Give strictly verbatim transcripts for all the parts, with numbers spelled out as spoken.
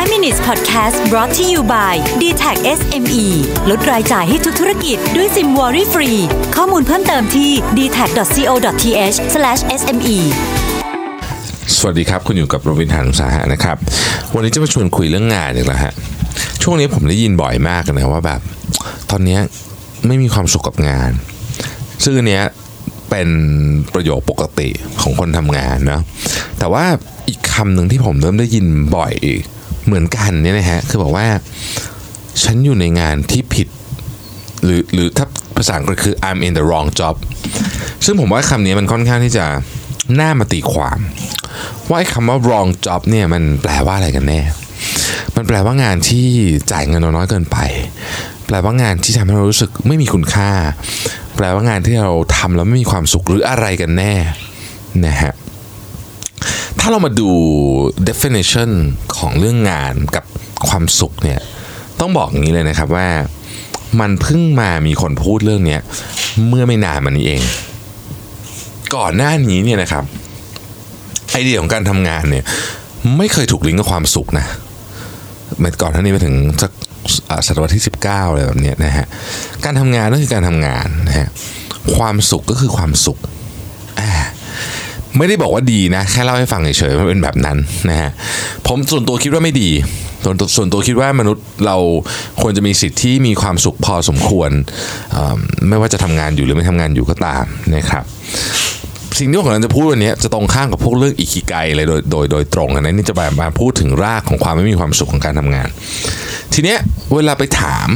ไฟว์ minutes podcast brought to you by ดี แท็ก เอส เอ็ม อี ลดรายจ่ายให้ทุกธุรกิจด้วยซิมวอรี่ฟรีข้อมูลเพิ่มเติมที่ ดี แท็ก ดอท ซี โอ ดอท ที เอช สแลช เอส เอ็ม อีสวัสดีครับคุณอยู่กับโรบิน หาญอุตสาหะนะครับวันนี้จะมาชวนคุยเรื่องงานอีกแล้วฮะช่วงนี้ผมได้ยินบ่อยมากนะว่าแบบตอนนี้ไม่มีความสุขกับงานซึ่งอันเนี้ยเป็นประโยคปกติของคนทำงานเนาะแต่ว่าอีกคำหนึ่งที่ผมเริ่มได้ยินบ่อยเหมือนกันเนี่ยนะฮะคือบอกว่าฉันอยู่ในงานที่ผิดหรือหรือถ้าภาษาอังกฤษคือ I'm in the wrong job ซึ่งผมว่าคำนี้มันค่อนข้างที่จะน่ามาตีความว่าไอ้คำว่า wrong job เนี่ยมันแปลว่าอะไรกันแน่มันแปลว่างานที่จ่ายเงินน้อยเกินไปแปลว่างานที่ทำให้เรารู้สึกไม่มีคุณค่าแปลว่างานที่เราทำแล้วไม่มีความสุขหรืออะไรกันแน่นะฮะถ้าเรามาดู definition ของเรื่องงานกับความสุขเนี่ยต้องบอกอย่างนี้เลยนะครับว่ามันเพิ่งมามีคนพูดเรื่องนี้เมื่อไม่นานมานี้เองก่อนหน้านี้เนี่ยนะครับไอเดียของการทำงานเนี่ยไม่เคยถูกลิงก์กับความสุขนะเมื่อก่อนหน้านี้มาถึงสักศตวรรษที่สิบเก้าอะไรแบบนี้นะฮะการทำงานก็คือการทำงานนะฮะความสุขก็คือความสุขไม่ได้บอกว่าดีนะแค่เล่าให้ฟังเฉยๆมันเป็นแบบนั้นนะฮะผมส่วนตัวคิดว่าไม่ดีส่วนตัวส่วนตัวคิดว่ามนุษย์เราควรจะมีสิทธิ์ที่มีความสุขพอสมควรไม่ว่าจะทำงานอยู่หรือไม่ทำงานอยู่ก็ตามนะครับสิ่งที่ผมกำลังจะพูดวันนี้จะตรงข้ามกับพวกเรื่องอิคิไกเลยโดยโดยโดยตรงนะนี่จะแบบมาพูดถึงรากของความไม่มีความสุขของการทำงานทีเนี้ยเวลาไปถาม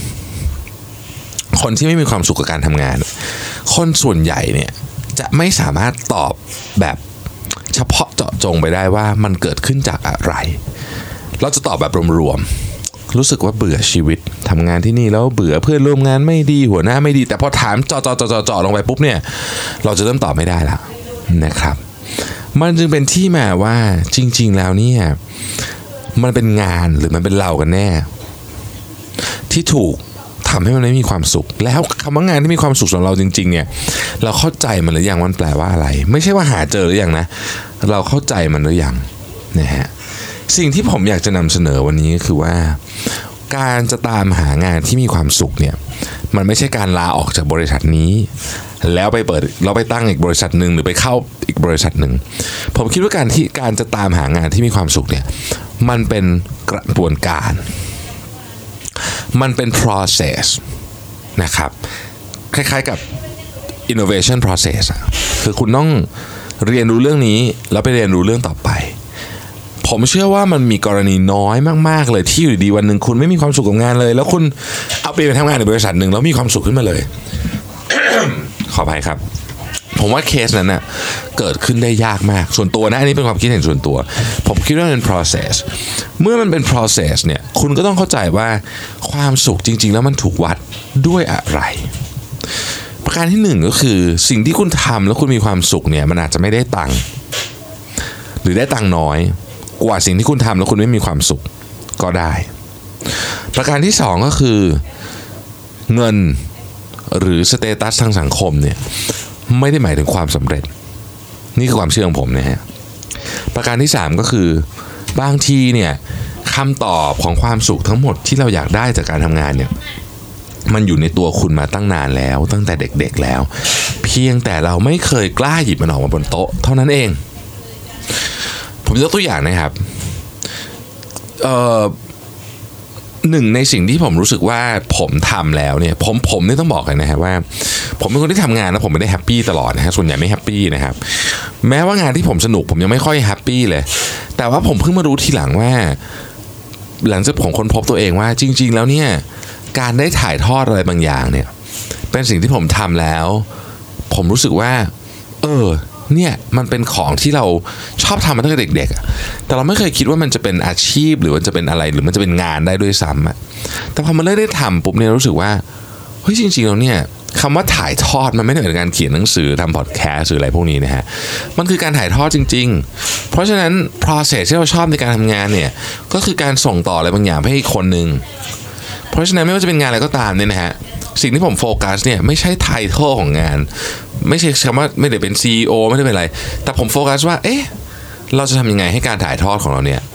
คนที่ไม่มีความสุขกับการทำงานคนส่วนใหญ่เนี่ยจะไม่สามารถตอบแบบเฉพาะเจาะจงไปได้ว่ามันเกิดขึ้นจากอะไรเราจะตอบแบบรวมๆรู้สึกว่าเบื่อชีวิตทำงานที่นี่แล้วเบื่อเพื่อนร่วมงานไม่ดีหัวหน้าไม่ดีแต่พอถามเจาะเจาะเจาะเจาะลงไปปุ๊บเนี่ยเราจะเริ่มตอบไม่ได้แล้วนะครับมันจึงเป็นที่มาว่าจริงๆแล้วเนี่ยมันเป็นงานหรือมันเป็นเรากันแน่ที่ถูกทำให้มันไม่มีความสุขแล้วคำว่างานที่มีความสุขสำหรับเราจริงๆเนี่ยเราเข้าใจมันหรือยังมันแปลว่าอะไรไม่ใช่ว่าหาเจอหรือยังนะเราเข้าใจมันหรือยังนะฮะสิ่งที่ผมอยากจะนำเสนอวันนี้ก็คือว่าการจะตามหางานที่มีความสุขเนี่ยมันไม่ใช่การลาออกจากบริษัทนี้แล้วไปเปิดเราไปตั้งอีกบริษัทหนึ่งหรือไปเข้าอีกบริษัทหนึ่งผมคิดว่าการที่การจะตามหางานที่มีความสุขเนี่ยมันเป็นกระบวนการมันเป็น process นะครับคล้ายๆกับ innovation process อะคือคุณต้องเรียนรู้เรื่องนี้แล้วไปเรียนรู้เรื่องต่อไปผมเชื่อว่ามันมีกรณีน้อยมากๆเลยที่อยู่ดีวันหนึ่งคุณไม่มีความสุขกับงานเลยแล้วคุณเอาไปไปทำงานในบริษัทหนึ่งแล้วมีความสุขขึ้นมาเลย ขออภัยครับผมว่าเคสนั้นน่ะเกิดขึ้นได้ยากมากส่วนตัวนะอันนี้เป็นความคิดเห็นส่วนตัวผมคิดว่ามันเป็น process เมื่อมันเป็น process เนี่ยคุณก็ต้องเข้าใจว่าความสุขจริงๆแล้วมันถูกวัดด้วยอะไรประการที่หนึ่งก็คือสิ่งที่คุณทำแล้วคุณมีความสุขเนี่ยมันอาจจะไม่ได้ตังค์หรือได้ตังค์น้อยกว่าสิ่งที่คุณทำแล้วคุณไม่มีความสุขก็ได้ประการที่สองก็คือเงินหรือสเตตัสทางสังคมเนี่ยไม่ได้หมายถึงความสำเร็จนี่คือความเชื่อของผมนะฮะประการที่สามก็คือบางทีเนี่ยคำตอบของความสุขทั้งหมดที่เราอยากได้จากการทำงานเนี่ยมันอยู่ในตัวคุณมาตั้งนานแล้วตั้งแต่เด็กๆแล้วเพียงแต่เราไม่เคยกล้าหยิบมันออกมาบนโต๊ะเท่านั้นเองผมยกตัวอย่างนะครับเอ่อหนึ่งในสิ่งที่ผมรู้สึกว่าผมทำแล้วเนี่ยผมผมนี่ต้องบอกเลยนะครับว่าผมเป็นคนที่ทำงานแล้วผมไม่ได้แฮปปี้ตลอดนะฮะส่วนใหญ่ไม่แฮปปี้นะครับแม้ว่างานที่ผมสนุกผมยังไม่ค่อยแฮปปี้เลยแต่ว่าผมเพิ่งมารู้ทีหลังว่าหลังจากผมค้นพบตัวเองว่าจริงๆแล้วเนี่ยการได้ถ่ายทอดอะไรบางอย่างเนี่ยเป็นสิ่งที่ผมทำแล้วผมรู้สึกว่าเออเนี่ยมันเป็นของที่เราชอบทำมาตั้งแต่เด็กๆแต่เราไม่เคยคิดว่ามันจะเป็นอาชีพหรือมันจะเป็นอะไรหรือมันจะเป็นงานได้ด้วยซ้ำแต่พอมันเริ่มได้ทำปุ๊บเนี่ยรู้สึกว่าเฮ้ยจริงๆแล้วเนี่ยคำว่าถ่ายทอดมันไม่ได้เป็นการเขียนหนังสือทำพอดแคสต์หรืออะไรพวกนี้นะฮะมันคือการถ่ายทอดจริงๆเพราะฉะนั้น process ที่เราชอบในการทำงานเนี่ยก็คือการส่งต่ออะไรบางอย่างให้อีกคนนึงเพราะฉะนั้นไม่ว่าจะเป็นงานอะไรก็ตามเนี่ยนะฮะสิ่งที่ผมโฟกัสเนี่ยไม่ใช่ไททอลของงานไม่ใช่คำว่าไม่ได้เป็น ซี อี โอ ไม่ได้เป็นอะไรแต่ผมโฟกัสว่าเอ๊ะเราจะทำยังไงให้การถ่ายทอดของเราเนี่ยท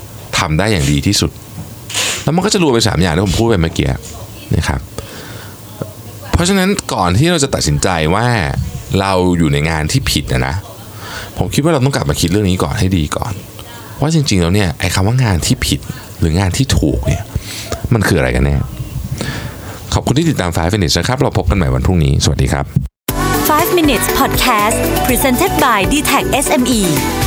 ำได้อย่างดีที่สุดแล้วมันก็จะรวมไปสามอย่างที่ผมพูดไปเมื่อกี้นะครับเพราะฉะนั้นก่อนที่เราจะตัดสินใจว่าเราอยู่ในงานที่ผิดนะนะผมคิดว่าเราต้องกลับมาคิดเรื่องนี้ก่อนให้ดีก่อนว่าจริงๆแล้วเนี่ยไอ้คำว่างานที่ผิดหรืองานที่ถูกเนี่ยมันคืออะไรกันแน่ขอบคุณที่ติดตามไฟว์ Minutes นะครับเราพบกันใหม่วันพรุ่งนี้สวัสดีครับไฟว์ Minutes Podcast Presented by ดี ที เอ ซี เอส เอ็ม อี